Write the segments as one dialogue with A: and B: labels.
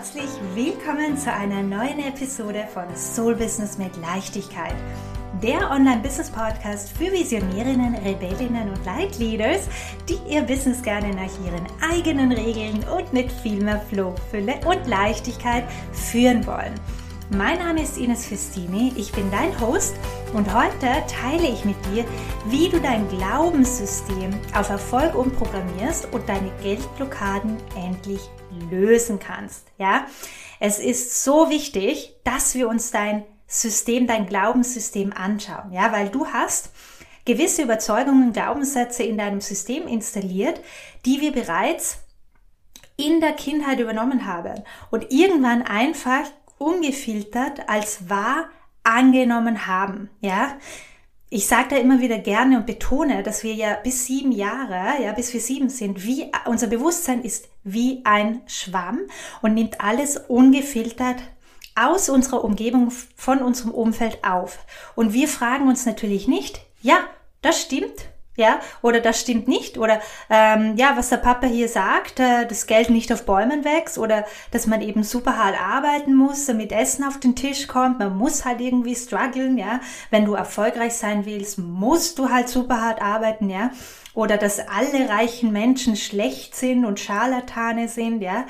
A: herzlich willkommen zu einer neuen Episode von Soul Business mit Leichtigkeit. Der Online-Business-Podcast für Visionärinnen, Rebellinnen und Leitleaders, die ihr Business gerne nach ihren eigenen Regeln und mit viel mehr Flow, Fülle und Leichtigkeit führen wollen. Mein Name ist Ines Festini, ich bin dein Host und heute teile ich mit dir, wie du dein Glaubenssystem auf Erfolg umprogrammierst und deine Geldblockaden endlich lösen kannst. Ja? Es ist so wichtig, dass wir uns dein Glaubenssystem anschauen, ja, weil du hast gewisse Überzeugungen, Glaubenssätze in deinem System installiert, die wir bereits in der Kindheit übernommen haben und irgendwann einfach ungefiltert als wahr angenommen haben, ja. Ich sage da immer wieder gerne und betone, dass wir ja bis 7 Jahre, ja, bis wir 7 sind, unser Bewusstsein ist wie ein Schwamm und nimmt alles ungefiltert aus unserer Umgebung, von unserem Umfeld auf. Und wir fragen uns natürlich nicht, ja, das stimmt, ja, oder das stimmt nicht, oder ja, was der Papa hier sagt, das Geld nicht auf Bäumen wächst, oder dass man eben super hart arbeiten muss, damit Essen auf den Tisch kommt, man muss halt irgendwie strugglen, ja, wenn du erfolgreich sein willst, musst du halt super hart arbeiten, ja, oder dass alle reichen Menschen schlecht sind und Scharlatane sind, ja,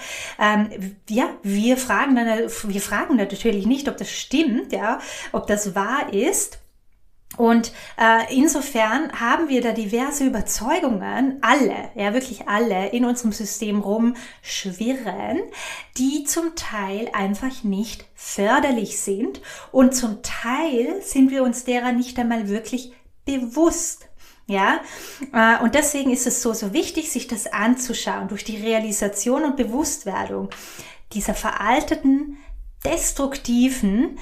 A: ja, wir fragen natürlich nicht, ob das stimmt, ja, ob das wahr ist. Und insofern haben wir da diverse Überzeugungen, alle, ja wirklich alle, in unserem System rumschwirren, die zum Teil einfach nicht förderlich sind und zum Teil sind wir uns derer nicht einmal wirklich bewusst. Ja, und deswegen ist es so wichtig, sich das anzuschauen, durch die Realisation und Bewusstwerdung dieser veralteten, destruktiven,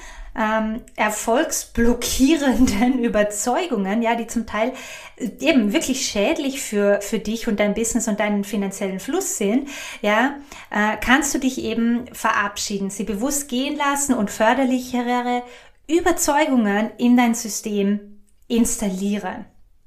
A: erfolgsblockierenden Überzeugungen, ja, die zum Teil eben wirklich schädlich für dich und dein Business und deinen finanziellen Fluss sind, ja, kannst du dich eben verabschieden, sie bewusst gehen lassen und förderlichere Überzeugungen in dein System installieren.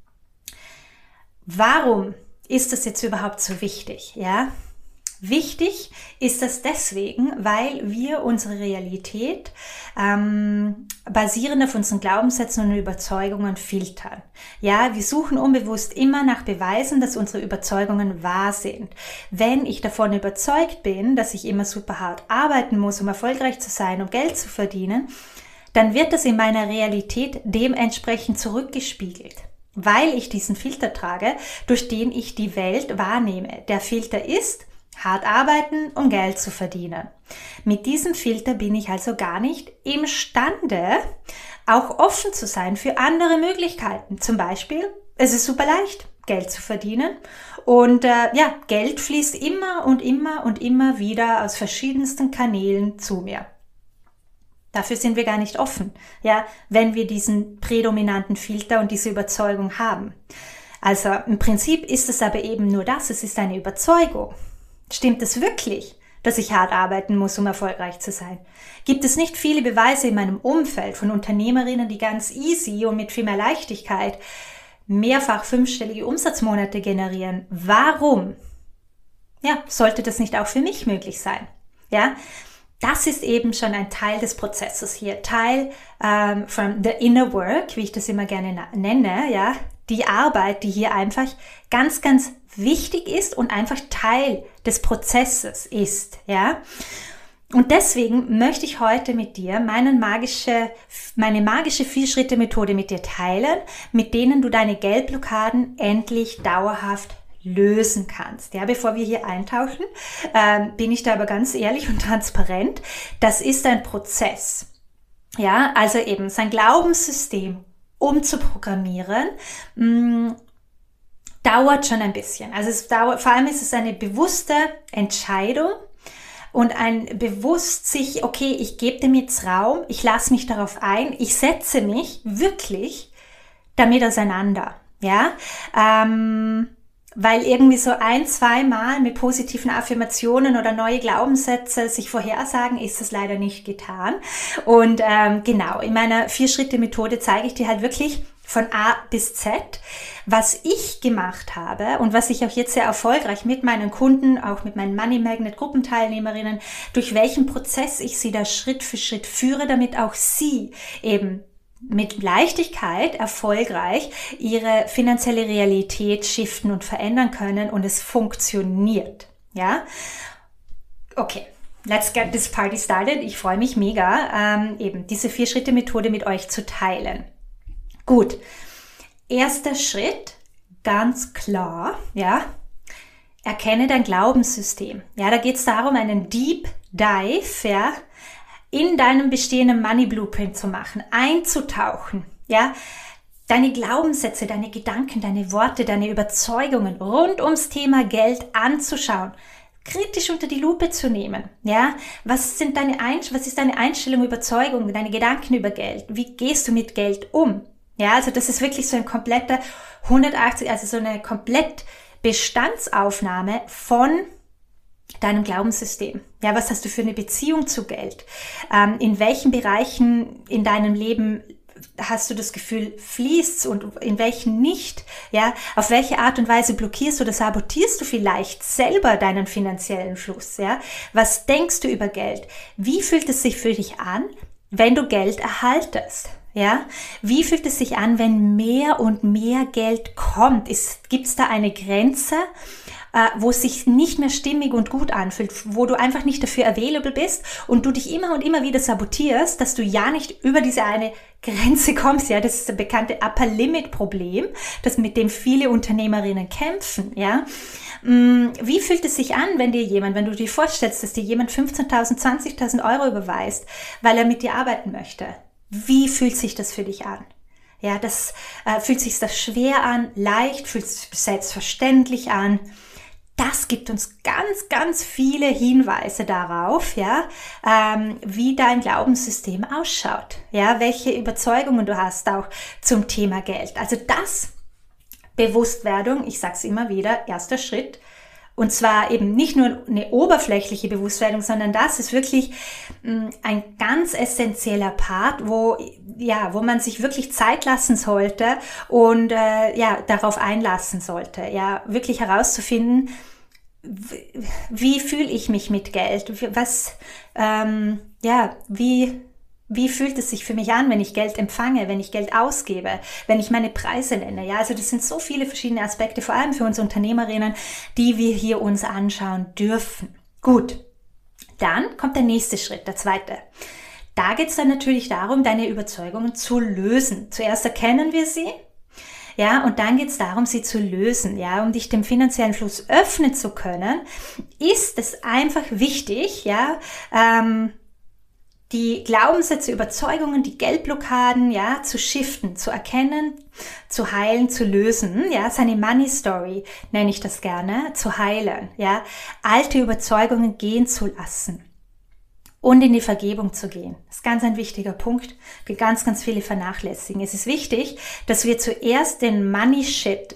A: Warum ist das jetzt überhaupt so wichtig, ja? Wichtig ist das deswegen, weil wir unsere Realität basierend auf unseren Glaubenssätzen und Überzeugungen filtern. Ja, wir suchen unbewusst immer nach Beweisen, dass unsere Überzeugungen wahr sind. Wenn ich davon überzeugt bin, dass ich immer super hart arbeiten muss, um erfolgreich zu sein, um Geld zu verdienen, dann wird das in meiner Realität dementsprechend zurückgespiegelt, weil ich diesen Filter trage, durch den ich die Welt wahrnehme. Der Filter ist: hart arbeiten, um Geld zu verdienen. Mit diesem Filter bin ich also gar nicht imstande, auch offen zu sein für andere Möglichkeiten. Zum Beispiel, es ist super leicht, Geld zu verdienen. Und ja, Geld fließt immer und immer und immer wieder aus verschiedensten Kanälen zu mir. Dafür sind wir gar nicht offen, ja, wenn wir diesen prädominanten Filter und diese Überzeugung haben. Also im Prinzip ist es aber eben nur das, es ist eine Überzeugung. Stimmt es wirklich, dass ich hart arbeiten muss, um erfolgreich zu sein? Gibt es nicht viele Beweise in meinem Umfeld von Unternehmerinnen, die ganz easy und mit viel mehr Leichtigkeit mehrfach 5-stellige Umsatzmonate generieren? Warum? Ja, sollte das nicht auch für mich möglich sein? Ja, das ist eben schon ein Teil des Prozesses hier, Teil from the inner work, wie ich das immer gerne nenne, ja, die Arbeit, die hier einfach ganz, ganz wichtig ist und einfach Teil des Prozesses ist, ja. Und deswegen möchte ich heute mit dir meine magische 4-Schritte-Methode mit dir teilen, mit denen du deine Geldblockaden endlich dauerhaft lösen kannst. Ja, bevor wir hier eintauchen, bin ich da aber ganz ehrlich und transparent. Das ist ein Prozess. Ja, also eben sein Glaubenssystem umzuprogrammieren, dauert schon ein bisschen. Also vor allem ist es eine bewusste Entscheidung und ein bewusst sich, okay, ich gebe dem jetzt Raum, ich lasse mich darauf ein, ich setze mich wirklich damit auseinander. Ja, weil irgendwie so 1-2 Mal mit positiven Affirmationen oder neue Glaubenssätze sich vorhersagen, ist das leider nicht getan. Und genau, in meiner 4-Schritte-Methode zeige ich dir halt wirklich von A bis Z. Was ich gemacht habe und was ich auch jetzt sehr erfolgreich mit meinen Kunden, auch mit meinen Money Magnet Gruppenteilnehmerinnen, durch welchen Prozess ich sie da Schritt für Schritt führe, damit auch sie eben mit Leichtigkeit erfolgreich ihre finanzielle Realität shiften und verändern können und es funktioniert. Ja? Okay. Let's get this party started. Ich freue mich mega, eben diese 4-Schritte-Methode mit euch zu teilen. Gut, erster Schritt, ganz klar, ja, erkenne dein Glaubenssystem. Ja, da geht es darum, einen Deep Dive, ja, in deinem bestehenden Money Blueprint zu machen, einzutauchen, ja, deine Glaubenssätze, deine Gedanken, deine Worte, deine Überzeugungen rund ums Thema Geld anzuschauen, kritisch unter die Lupe zu nehmen, ja, was ist deine Einstellung, Überzeugung, deine Gedanken über Geld, wie gehst du mit Geld um? Ja, also das ist wirklich so ein kompletter 180, also so eine komplett Bestandsaufnahme von deinem Glaubenssystem. Ja, was hast du für eine Beziehung zu Geld? In welchen Bereichen in deinem Leben hast du das Gefühl, fließt's und in welchen nicht? Ja, auf welche Art und Weise blockierst oder sabotierst du vielleicht selber deinen finanziellen Fluss? Ja, was denkst du über Geld? Wie fühlt es sich für dich an, wenn du Geld erhaltest? Ja, wie fühlt es sich an, wenn mehr und mehr Geld kommt? Gibt es da eine Grenze, wo es sich nicht mehr stimmig und gut anfühlt, wo du einfach nicht dafür available bist und du dich immer und immer wieder sabotierst, dass du ja nicht über diese eine Grenze kommst? Ja, das ist das bekannte Upper Limit Problem, das mit dem viele Unternehmerinnen kämpfen. Ja, wie fühlt es sich an, wenn du dir vorstellst, dass dir jemand 15.000, 20.000 Euro überweist, weil er mit dir arbeiten möchte? Wie fühlt sich das für dich an? Ja, fühlt sich das schwer an, leicht, fühlt sich selbstverständlich an. Das gibt uns ganz, ganz viele Hinweise darauf, ja, wie dein Glaubenssystem ausschaut, ja, welche Überzeugungen du hast auch zum Thema Geld. Also das Bewusstwerdung, ich sag's immer wieder, erster Schritt. Und zwar eben nicht nur eine oberflächliche Bewusstwerdung, sondern das ist wirklich ein ganz essentieller Part, wo man sich wirklich Zeit lassen sollte und darauf einlassen sollte, ja, wirklich herauszufinden, wie fühle ich mich mit Geld? Wie fühlt es sich für mich an, wenn ich Geld empfange, wenn ich Geld ausgebe, wenn ich meine Preise nenne? Ja, also das sind so viele verschiedene Aspekte, vor allem für uns Unternehmerinnen, die wir hier uns anschauen dürfen. Gut, dann kommt der nächste Schritt, der zweite. Da geht es dann natürlich darum, deine Überzeugungen zu lösen. Zuerst erkennen wir sie, ja, und dann geht es darum, sie zu lösen, ja, um dich dem finanziellen Fluss öffnen zu können, ist es einfach wichtig, ja, die Glaubenssätze, Überzeugungen, die Geldblockaden, ja, zu shiften, zu erkennen, zu heilen, zu lösen, ja, seine Money Story nenne ich das gerne, zu heilen, ja, alte Überzeugungen gehen zu lassen und in die Vergebung zu gehen. Das ist ganz ein wichtiger Punkt, den ganz, ganz viele vernachlässigen. Es ist wichtig, dass wir zuerst den Money Shit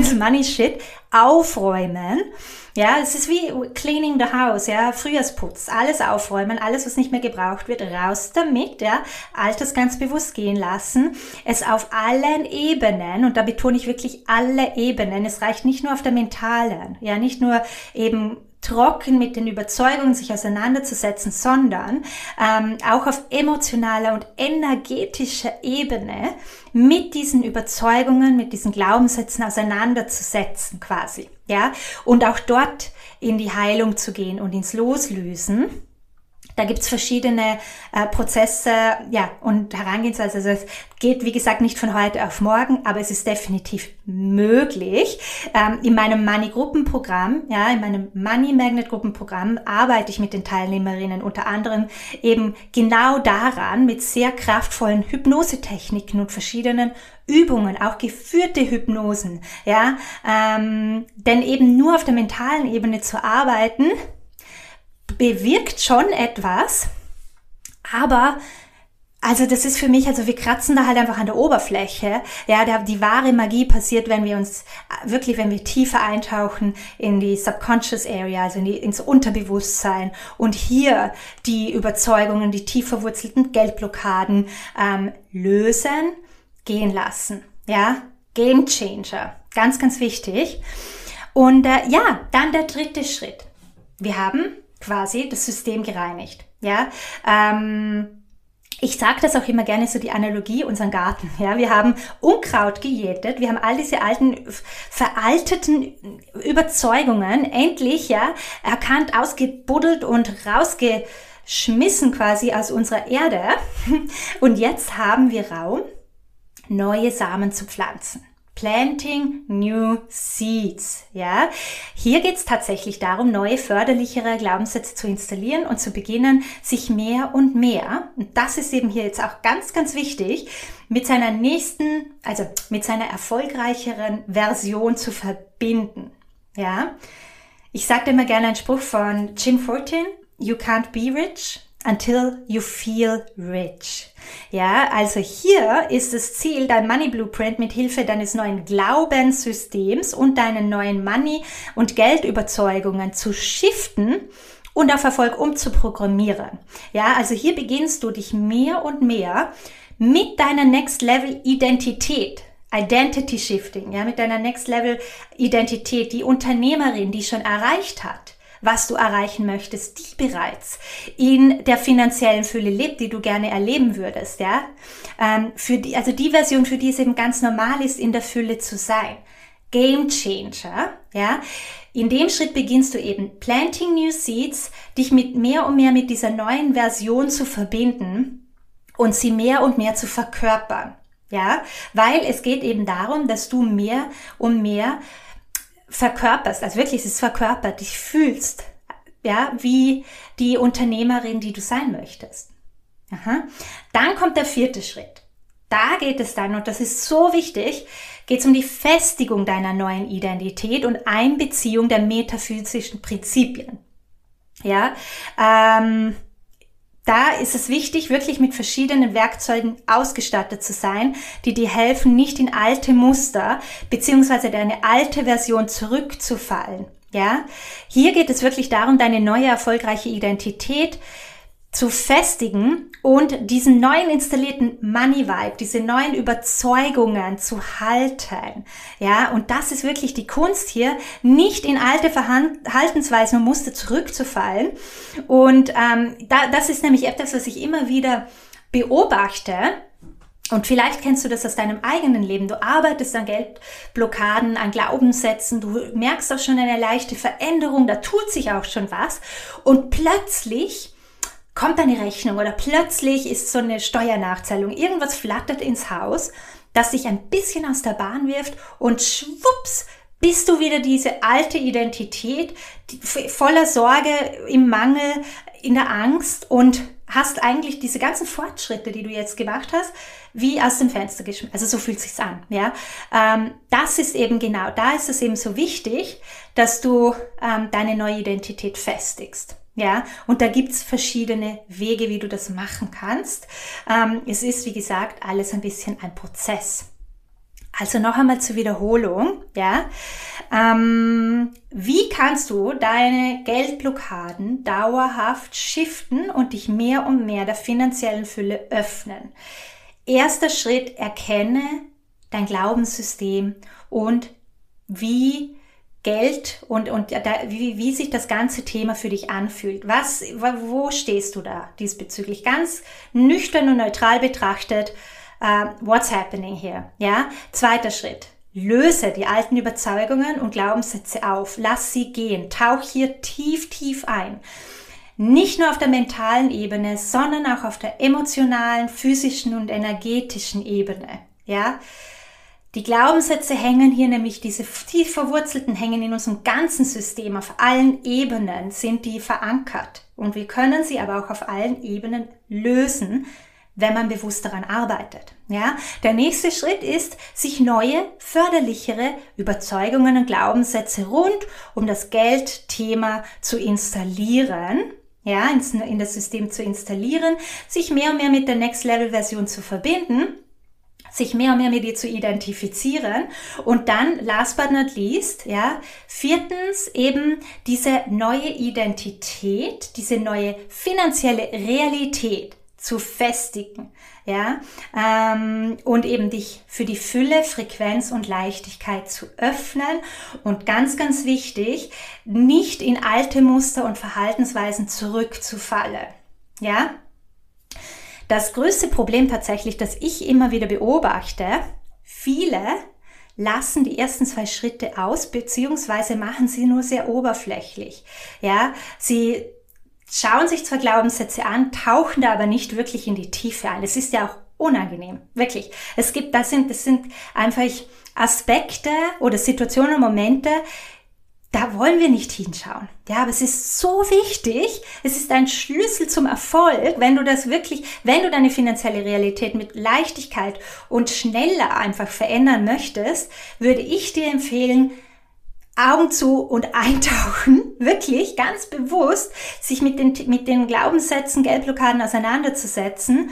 A: aufräumen. Ja, es ist wie cleaning the house, ja, Frühjahrsputz, alles aufräumen, alles, was nicht mehr gebraucht wird, raus damit, ja, Altes ganz bewusst gehen lassen, es auf allen Ebenen, und da betone ich wirklich alle Ebenen, es reicht nicht nur auf der mentalen, ja, nicht nur eben trocken mit den Überzeugungen sich auseinanderzusetzen, sondern auch auf emotionaler und energetischer Ebene mit diesen Überzeugungen, mit diesen Glaubenssätzen auseinanderzusetzen quasi, ja, und auch dort in die Heilung zu gehen und ins Loslösen. Da gibt's verschiedene Prozesse, ja, und Herangehensweise. Also es geht, wie gesagt, nicht von heute auf morgen, aber es ist definitiv möglich. In meinem Money-Gruppenprogramm, ja, in meinem Money-Magnet-Gruppenprogramm arbeite ich mit den Teilnehmerinnen unter anderem eben genau daran, mit sehr kraftvollen Hypnosetechniken und verschiedenen Übungen, auch geführte Hypnosen, ja, denn eben nur auf der mentalen Ebene zu arbeiten, bewirkt schon etwas, aber also das ist für mich, also wir kratzen da halt einfach an der Oberfläche, ja, die wahre Magie passiert, wenn wir tiefer eintauchen in die Subconscious Area, also ins Unterbewusstsein und hier die Überzeugungen, die tief verwurzelten Geldblockaden lösen, gehen lassen. Ja, Game Changer. Ganz, ganz wichtig. Und dann der dritte Schritt. Wir haben quasi das System gereinigt. Ja, ich sage das auch immer gerne, so die Analogie, unseren Garten. Ja, wir haben Unkraut gejätet, wir haben all diese alten, veralteten Überzeugungen endlich erkannt, ausgebuddelt und rausgeschmissen quasi aus unserer Erde. Und jetzt haben wir Raum, neue Samen zu pflanzen. Planting new seeds. Ja, hier geht es tatsächlich darum, neue, förderlichere Glaubenssätze zu installieren und zu beginnen, sich mehr und mehr, und das ist eben hier jetzt auch ganz, ganz wichtig, mit seiner nächsten, also mit seiner erfolgreicheren Version zu verbinden. Ja, ich sage immer gerne einen Spruch von Jim Fortin: You can't be rich until you feel rich. Ja, also hier ist das Ziel, dein Money Blueprint mit Hilfe deines neuen Glaubenssystems und deinen neuen Money- und Geldüberzeugungen zu shiften und auf Erfolg umzuprogrammieren. Ja, also hier beginnst du dich mehr und mehr mit deiner Next Level Identität, Identity Shifting, ja, mit deiner Next Level Identität, die Unternehmerin, die schon erreicht hat, was du erreichen möchtest, die bereits in der finanziellen Fülle lebt, die du gerne erleben würdest, ja. Also die Version, für die es eben ganz normal ist, in der Fülle zu sein. Game Changer, ja. In dem Schritt beginnst du eben Planting New Seeds, dich mit mehr und mehr mit dieser neuen Version zu verbinden und sie mehr und mehr zu verkörpern, ja. Weil es geht eben darum, dass du mehr und mehr verkörperst, also wirklich, es ist verkörpert, dich fühlst, ja, wie die Unternehmerin, die du sein möchtest. Aha. Dann kommt der vierte Schritt. Da geht es dann, und das ist so wichtig, geht es um die Festigung deiner neuen Identität und Einbeziehung der metaphysischen Prinzipien. Ja, da ist es wichtig, wirklich mit verschiedenen Werkzeugen ausgestattet zu sein, die dir helfen, nicht in alte Muster bzw. deine alte Version zurückzufallen. Ja, hier geht es wirklich darum, deine neue erfolgreiche Identität zu festigen und diesen neuen installierten Money Vibe, diese neuen Überzeugungen zu halten. Ja, und das ist wirklich die Kunst hier, nicht in alte Verhaltensweisen und Muster zurückzufallen. Und das ist nämlich etwas, was ich immer wieder beobachte. Und vielleicht kennst du das aus deinem eigenen Leben. Du arbeitest an Geldblockaden, an Glaubenssätzen, du merkst auch schon eine leichte Veränderung, da tut sich auch schon was. Und plötzlich kommt eine Rechnung oder plötzlich ist so eine Steuernachzahlung, irgendwas flattert ins Haus, das dich ein bisschen aus der Bahn wirft und schwupps, bist du wieder diese alte Identität, voller Sorge, im Mangel, in der Angst und hast eigentlich diese ganzen Fortschritte, die du jetzt gemacht hast, wie aus dem Fenster geschmissen. Also so fühlt es sich an. Ja, das ist eben genau, da ist es eben so wichtig, dass du deine neue Identität festigst. Ja, und da gibt's verschiedene Wege, wie du das machen kannst. Es ist, wie gesagt, alles ein bisschen ein Prozess. Also noch einmal zur Wiederholung, ja. Wie kannst du deine Geldblockaden dauerhaft shiften und dich mehr und mehr der finanziellen Fülle öffnen? Erster Schritt, erkenne dein Glaubenssystem und wie Geld und wie sich das ganze Thema für dich anfühlt. Wo stehst du da diesbezüglich? Ganz nüchtern und neutral betrachtet, what's happening here? Ja? Zweiter Schritt. Löse die alten Überzeugungen und Glaubenssätze auf. Lass sie gehen. Tauch hier tief, tief ein. Nicht nur auf der mentalen Ebene, sondern auch auf der emotionalen, physischen und energetischen Ebene. Ja? Die Glaubenssätze hängen hier nämlich, diese tief verwurzelten hängen in unserem ganzen System, auf allen Ebenen sind die verankert. Und wir können sie aber auch auf allen Ebenen lösen, wenn man bewusst daran arbeitet. Ja? Der nächste Schritt ist, sich neue, förderlichere Überzeugungen und Glaubenssätze rund um das Geldthema zu installieren. Ja, in das System zu installieren, sich mehr und mehr mit der Next-Level-Version zu verbinden, sich mehr und mehr mit ihr zu identifizieren und dann, last but not least, ja, viertens eben diese neue Identität, diese neue finanzielle Realität zu festigen, ja, und eben dich für die Fülle, Frequenz und Leichtigkeit zu öffnen und ganz, ganz wichtig, nicht in alte Muster und Verhaltensweisen zurückzufallen, ja. Das größte Problem tatsächlich, das ich immer wieder beobachte, viele lassen die ersten 2 Schritte aus, beziehungsweise machen sie nur sehr oberflächlich, ja, sie schauen sich zwar Glaubenssätze an, tauchen da aber nicht wirklich in die Tiefe ein. Das ist ja auch unangenehm, wirklich. Das sind einfach Aspekte oder Situationen, Momente, da wollen wir nicht hinschauen. Ja, aber es ist so wichtig, es ist ein Schlüssel zum Erfolg, wenn du deine finanzielle Realität mit Leichtigkeit und schneller einfach verändern möchtest, würde ich dir empfehlen, Augen zu und eintauchen, wirklich ganz bewusst sich mit den Glaubenssätzen, Geldblockaden auseinanderzusetzen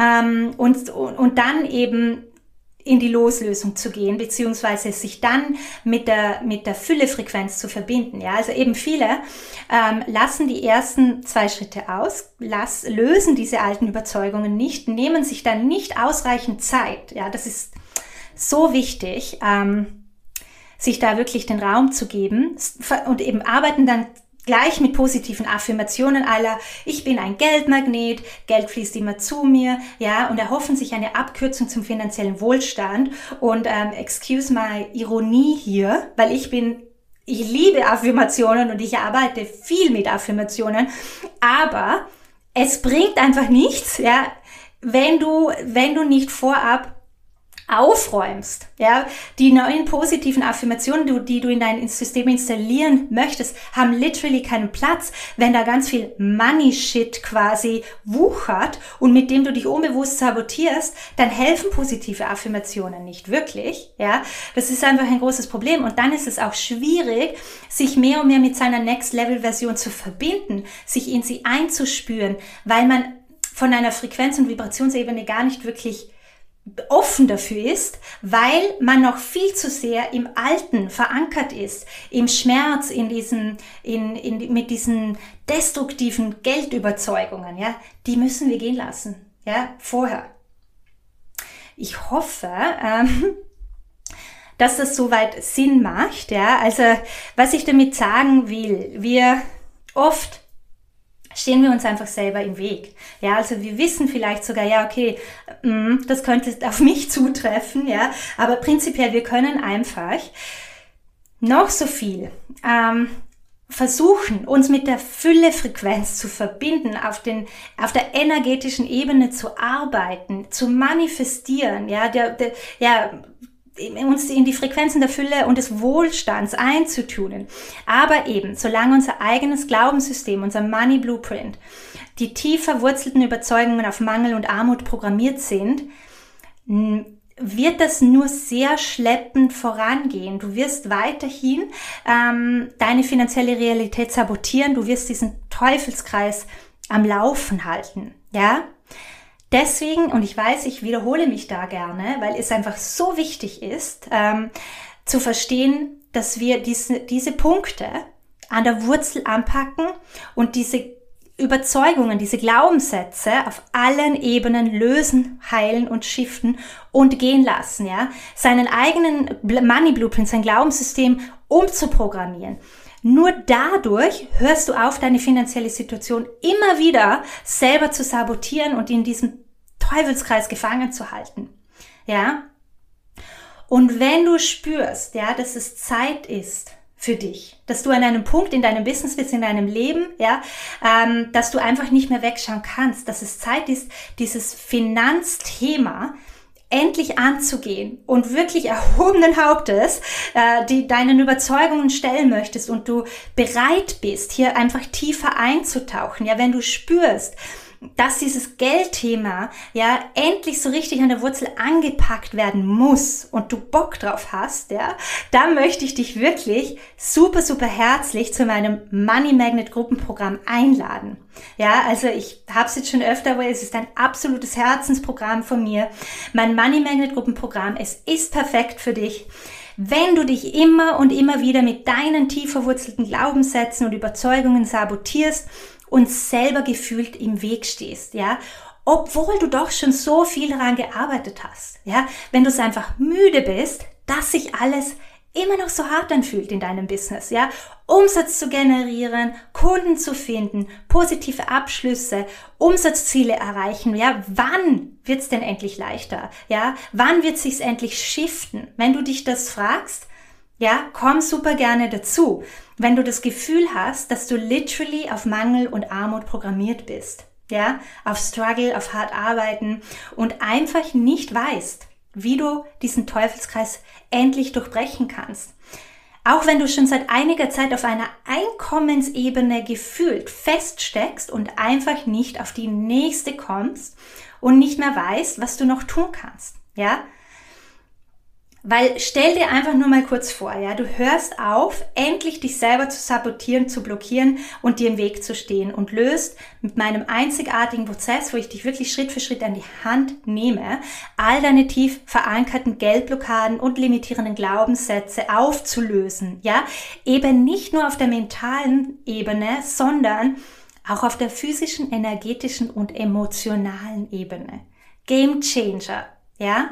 A: und dann eben in die Loslösung zu gehen, beziehungsweise sich dann mit der Füllefrequenz zu verbinden. Ja, also eben viele lassen die ersten 2 Schritte aus, lösen diese alten Überzeugungen nicht, nehmen sich dann nicht ausreichend Zeit. Ja, das ist so wichtig, sich da wirklich den Raum zu geben und eben arbeiten dann gleich mit positiven Affirmationen aller, ich bin ein Geldmagnet, Geld fließt immer zu mir, ja, und erhoffen sich eine Abkürzung zum finanziellen Wohlstand und excuse my Ironie hier, weil ich liebe Affirmationen und ich arbeite viel mit Affirmationen, aber es bringt einfach nichts, ja, wenn du nicht vorab aufräumst, ja, die neuen positiven Affirmationen, die du in dein System installieren möchtest, haben literally keinen Platz, wenn da ganz viel Money-Shit quasi wuchert und mit dem du dich unbewusst sabotierst, dann helfen positive Affirmationen nicht wirklich, ja, das ist einfach ein großes Problem und dann ist es auch schwierig, sich mehr und mehr mit seiner Next-Level-Version zu verbinden, sich in sie einzuspüren, weil man von einer Frequenz- und Vibrationsebene gar nicht wirklich offen dafür ist, weil man noch viel zu sehr im Alten verankert ist, im Schmerz, mit diesen destruktiven Geldüberzeugungen, ja, die müssen wir gehen lassen, ja, vorher. Ich hoffe, dass das soweit Sinn macht, ja, also was ich damit sagen will, oft stehen wir uns einfach selber im Weg. Ja, also wir wissen vielleicht sogar, ja, okay, das könnte auf mich zutreffen, ja, aber prinzipiell, wir können einfach noch so viel versuchen, uns mit der Fülle-Frequenz zu verbinden, auf der energetischen Ebene zu arbeiten, zu manifestieren, ja, uns in die Frequenzen der Fülle und des Wohlstands einzutunen. Aber eben, solange unser eigenes Glaubenssystem, unser Money Blueprint, die tief verwurzelten Überzeugungen auf Mangel und Armut programmiert sind, wird das nur sehr schleppend vorangehen. Du wirst weiterhin deine finanzielle Realität sabotieren, du wirst diesen Teufelskreis am Laufen halten, ja? Deswegen, und ich weiß, ich wiederhole mich da gerne, weil es einfach so wichtig ist, zu verstehen, dass wir diese Punkte an der Wurzel anpacken und diese Überzeugungen, diese Glaubenssätze auf allen Ebenen lösen, heilen und shiften und gehen lassen, ja, seinen eigenen Money Blueprint, sein Glaubenssystem umzuprogrammieren. Nur dadurch hörst du auf, deine finanzielle Situation immer wieder selber zu sabotieren und in diesem Teufelskreis gefangen zu halten. Ja? Und wenn du spürst, ja, dass es Zeit ist für dich, dass du an einem Punkt in deinem Business bist, in deinem Leben, ja, dass du einfach nicht mehr wegschauen kannst, dass es Zeit ist, dieses Finanzthema endlich anzugehen und wirklich erhobenen Hauptes deinen Überzeugungen stellen möchtest und du bereit bist, hier einfach tiefer einzutauchen, ja, wenn du spürst, dass dieses Geldthema ja endlich so richtig an der Wurzel angepackt werden muss und du Bock drauf hast, ja, da möchte ich dich wirklich super, super herzlich zu meinem Money Magnet Gruppenprogramm einladen. Ja, also ich habe es jetzt schon öfter, aber es ist ein absolutes Herzensprogramm von mir. Mein Money Magnet Gruppenprogramm, es ist perfekt für dich, wenn du dich immer und immer wieder mit deinen tief verwurzelten Glaubenssätzen und Überzeugungen sabotierst und selber gefühlt im Weg stehst, ja. obwohl du doch schon so viel daran gearbeitet hast. Ja, wenn du es einfach müde bist, dass sich alles immer noch so hart anfühlt in deinem Business, ja, Umsatz zu generieren, Kunden zu finden, positive Abschlüsse, Umsatzziele erreichen, ja, wann wird's denn endlich leichter, ja, wann wird sich's endlich shiften? Wenn du dich das fragst, ja, komm super gerne dazu, wenn du das Gefühl hast, dass du literally auf Mangel und Armut programmiert bist, ja, auf Struggle, auf hart arbeiten und einfach nicht weißt, wie du diesen Teufelskreis endlich durchbrechen kannst. Auch wenn du schon seit einiger Zeit auf einer Einkommensebene gefühlt feststeckst und einfach nicht auf die nächste kommst und nicht mehr weißt, was du noch tun kannst, ja? Weil stell dir einfach nur mal kurz vor, ja, du hörst auf, endlich dich selber zu sabotieren, zu blockieren und dir im Weg zu stehen und löst mit meinem einzigartigen Prozess, wo ich dich wirklich Schritt für Schritt an die Hand nehme, all deine tief verankerten Geldblockaden und limitierenden Glaubenssätze aufzulösen, ja, eben nicht nur auf der mentalen Ebene, sondern auch auf der physischen, energetischen und emotionalen Ebene. Game Changer, ja.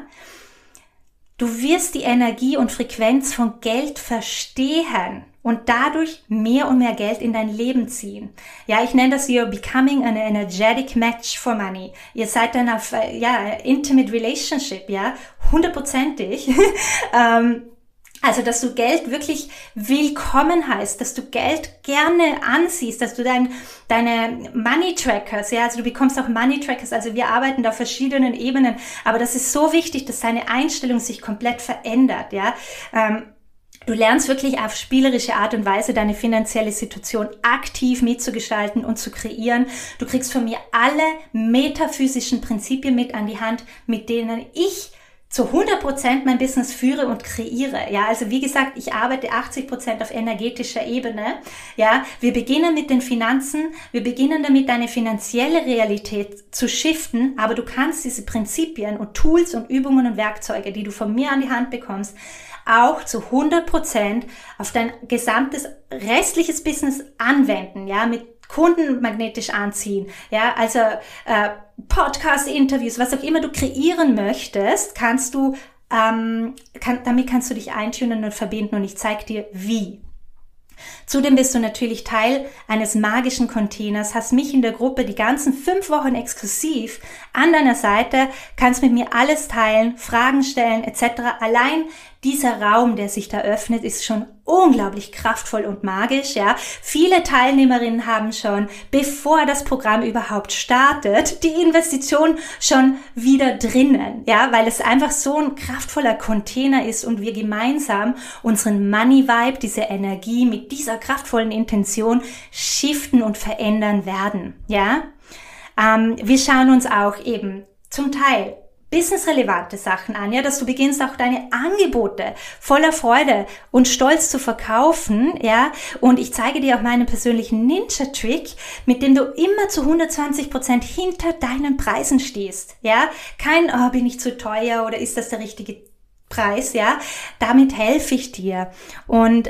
A: Du wirst die Energie und Frequenz von Geld verstehen und dadurch mehr und mehr Geld in dein Leben ziehen. Ja, ich nenne das, you're becoming an energetic match for money. Ihr seid dann auf, intimate relationship, ja, 100%ig. Also, dass du Geld wirklich willkommen heißt, dass du Geld gerne ansiehst, dass du deine Money Trackers, ja, also du bekommst auch Money Trackers, also wir arbeiten da auf verschiedenen Ebenen, aber das ist so wichtig, dass deine Einstellung sich komplett verändert, ja. Du lernst wirklich auf spielerische Art und Weise deine finanzielle Situation aktiv mitzugestalten und zu kreieren. Du kriegst von mir alle metaphysischen Prinzipien mit an die Hand, mit denen ich zu 100% mein Business führe und kreiere. Ja, also wie gesagt, ich arbeite 80% auf energetischer Ebene. Ja, wir beginnen mit den Finanzen, wir beginnen damit, deine finanzielle Realität zu shiften, aber du kannst diese Prinzipien und Tools und Übungen und Werkzeuge, die du von mir an die Hand bekommst, auch zu 100% auf dein gesamtes restliches Business anwenden, ja, mit Kunden magnetisch anziehen, ja, also Podcast-Interviews, was auch immer du kreieren möchtest, damit kannst du dich eintunen und verbinden und ich zeige dir wie. Zudem bist du natürlich Teil eines magischen Containers, hast mich in der Gruppe die ganzen 5 Wochen exklusiv an deiner Seite, kannst mit mir alles teilen, Fragen stellen etc. Allein dieser Raum, der sich da öffnet, ist schon unglaublich kraftvoll und magisch, ja. Viele Teilnehmerinnen haben schon, bevor das Programm überhaupt startet, die Investition schon wieder drinnen, ja, weil es einfach so ein kraftvoller Container ist und wir gemeinsam unseren Money Vibe, diese Energie mit dieser kraftvollen Intention shiften und verändern werden, ja. Wir schauen uns auch eben zum Teil businessrelevante Sachen an, ja, dass du beginnst auch deine Angebote voller Freude und Stolz zu verkaufen, ja, und ich zeige dir auch meinen persönlichen Ninja-Trick, mit dem du immer zu 120% hinter deinen Preisen stehst, ja, kein, oh, bin ich zu teuer oder ist das der richtige Preis, ja, damit helfe ich dir und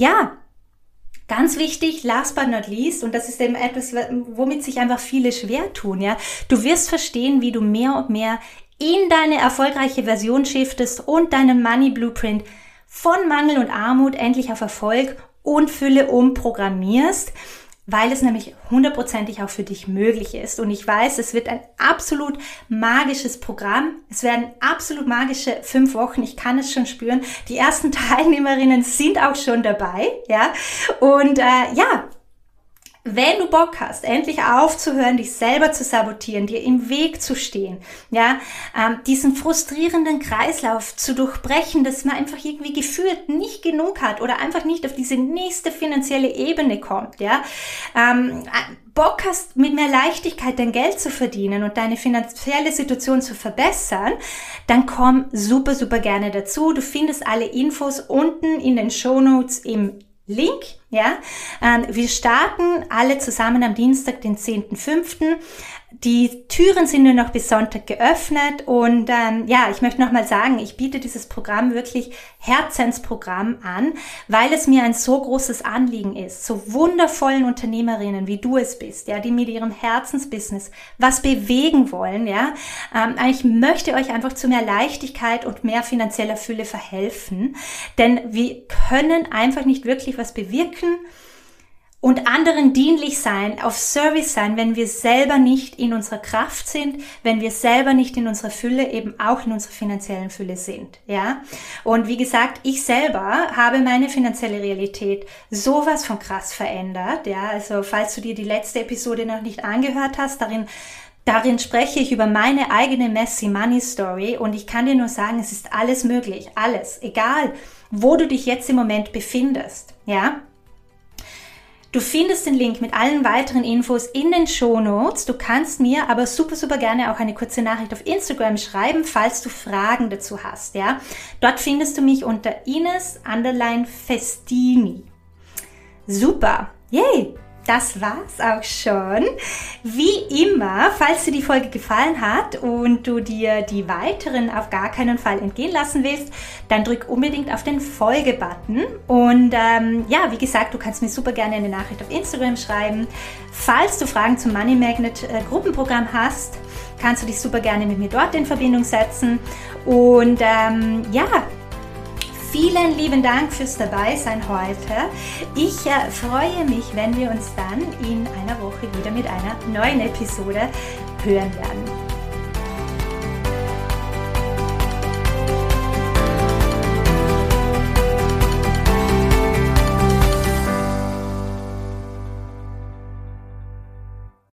A: ganz wichtig, last but not least, und das ist eben etwas, womit sich einfach viele schwer tun, ja, du wirst verstehen, wie du mehr und mehr in deine erfolgreiche Version shiftest und deinen Money Blueprint von Mangel und Armut endlich auf Erfolg und Fülle umprogrammierst, weil es nämlich 100%ig auch für dich möglich ist. Und ich weiß, es wird ein absolut magisches Programm. Es werden absolut magische 5 Wochen. Ich kann es schon spüren. Die ersten Teilnehmerinnen sind auch schon dabei, ja. Und wenn du Bock hast, endlich aufzuhören, dich selber zu sabotieren, dir im Weg zu stehen, ja, diesen frustrierenden Kreislauf zu durchbrechen, dass man einfach irgendwie gefühlt nicht genug hat oder einfach nicht auf diese nächste finanzielle Ebene kommt, ja, Bock hast, mit mehr Leichtigkeit dein Geld zu verdienen und deine finanzielle Situation zu verbessern, dann komm super, super gerne dazu. Du findest alle Infos unten in den Shownotes im Link. Ja, wir starten alle zusammen am Dienstag, den 10.05. Die Türen sind nur noch bis Sonntag geöffnet und ich möchte nochmal sagen, ich biete dieses Programm wirklich Herzensprogramm an, weil es mir ein so großes Anliegen ist, so wundervollen Unternehmerinnen, wie du es bist, ja, die mit ihrem Herzensbusiness was bewegen wollen, ja. Ich möchte euch einfach zu mehr Leichtigkeit und mehr finanzieller Fülle verhelfen, denn wir können einfach nicht wirklich was bewirken und anderen dienlich sein, auf Service sein, wenn wir selber nicht in unserer Kraft sind, wenn wir selber nicht in unserer Fülle, eben auch in unserer finanziellen Fülle sind, ja. Und wie gesagt, ich selber habe meine finanzielle Realität sowas von krass verändert, ja. Also falls du dir die letzte Episode noch nicht angehört hast, Darin spreche ich über meine eigene Messy Money Story und ich kann dir nur sagen, es ist alles möglich, alles, egal, wo du dich jetzt im Moment befindest, ja. Du findest den Link mit allen weiteren Infos in den Shownotes. Du kannst mir aber super gerne auch eine kurze Nachricht auf Instagram schreiben, falls du Fragen dazu hast, ja. Dort findest du mich unter Ines_Festini. Super, yay! Das war's auch schon. Wie immer, falls dir die Folge gefallen hat und du dir die weiteren auf gar keinen Fall entgehen lassen willst, dann drück unbedingt auf den Folge-Button. Und wie gesagt, du kannst mir super gerne eine Nachricht auf Instagram schreiben. Falls du Fragen zum Money Magnet Gruppenprogramm hast, kannst du dich super gerne mit mir dort in Verbindung setzen. Und vielen lieben Dank fürs Dabeisein heute. Ich freue mich, wenn wir uns dann in einer Woche wieder mit einer neuen Episode hören werden.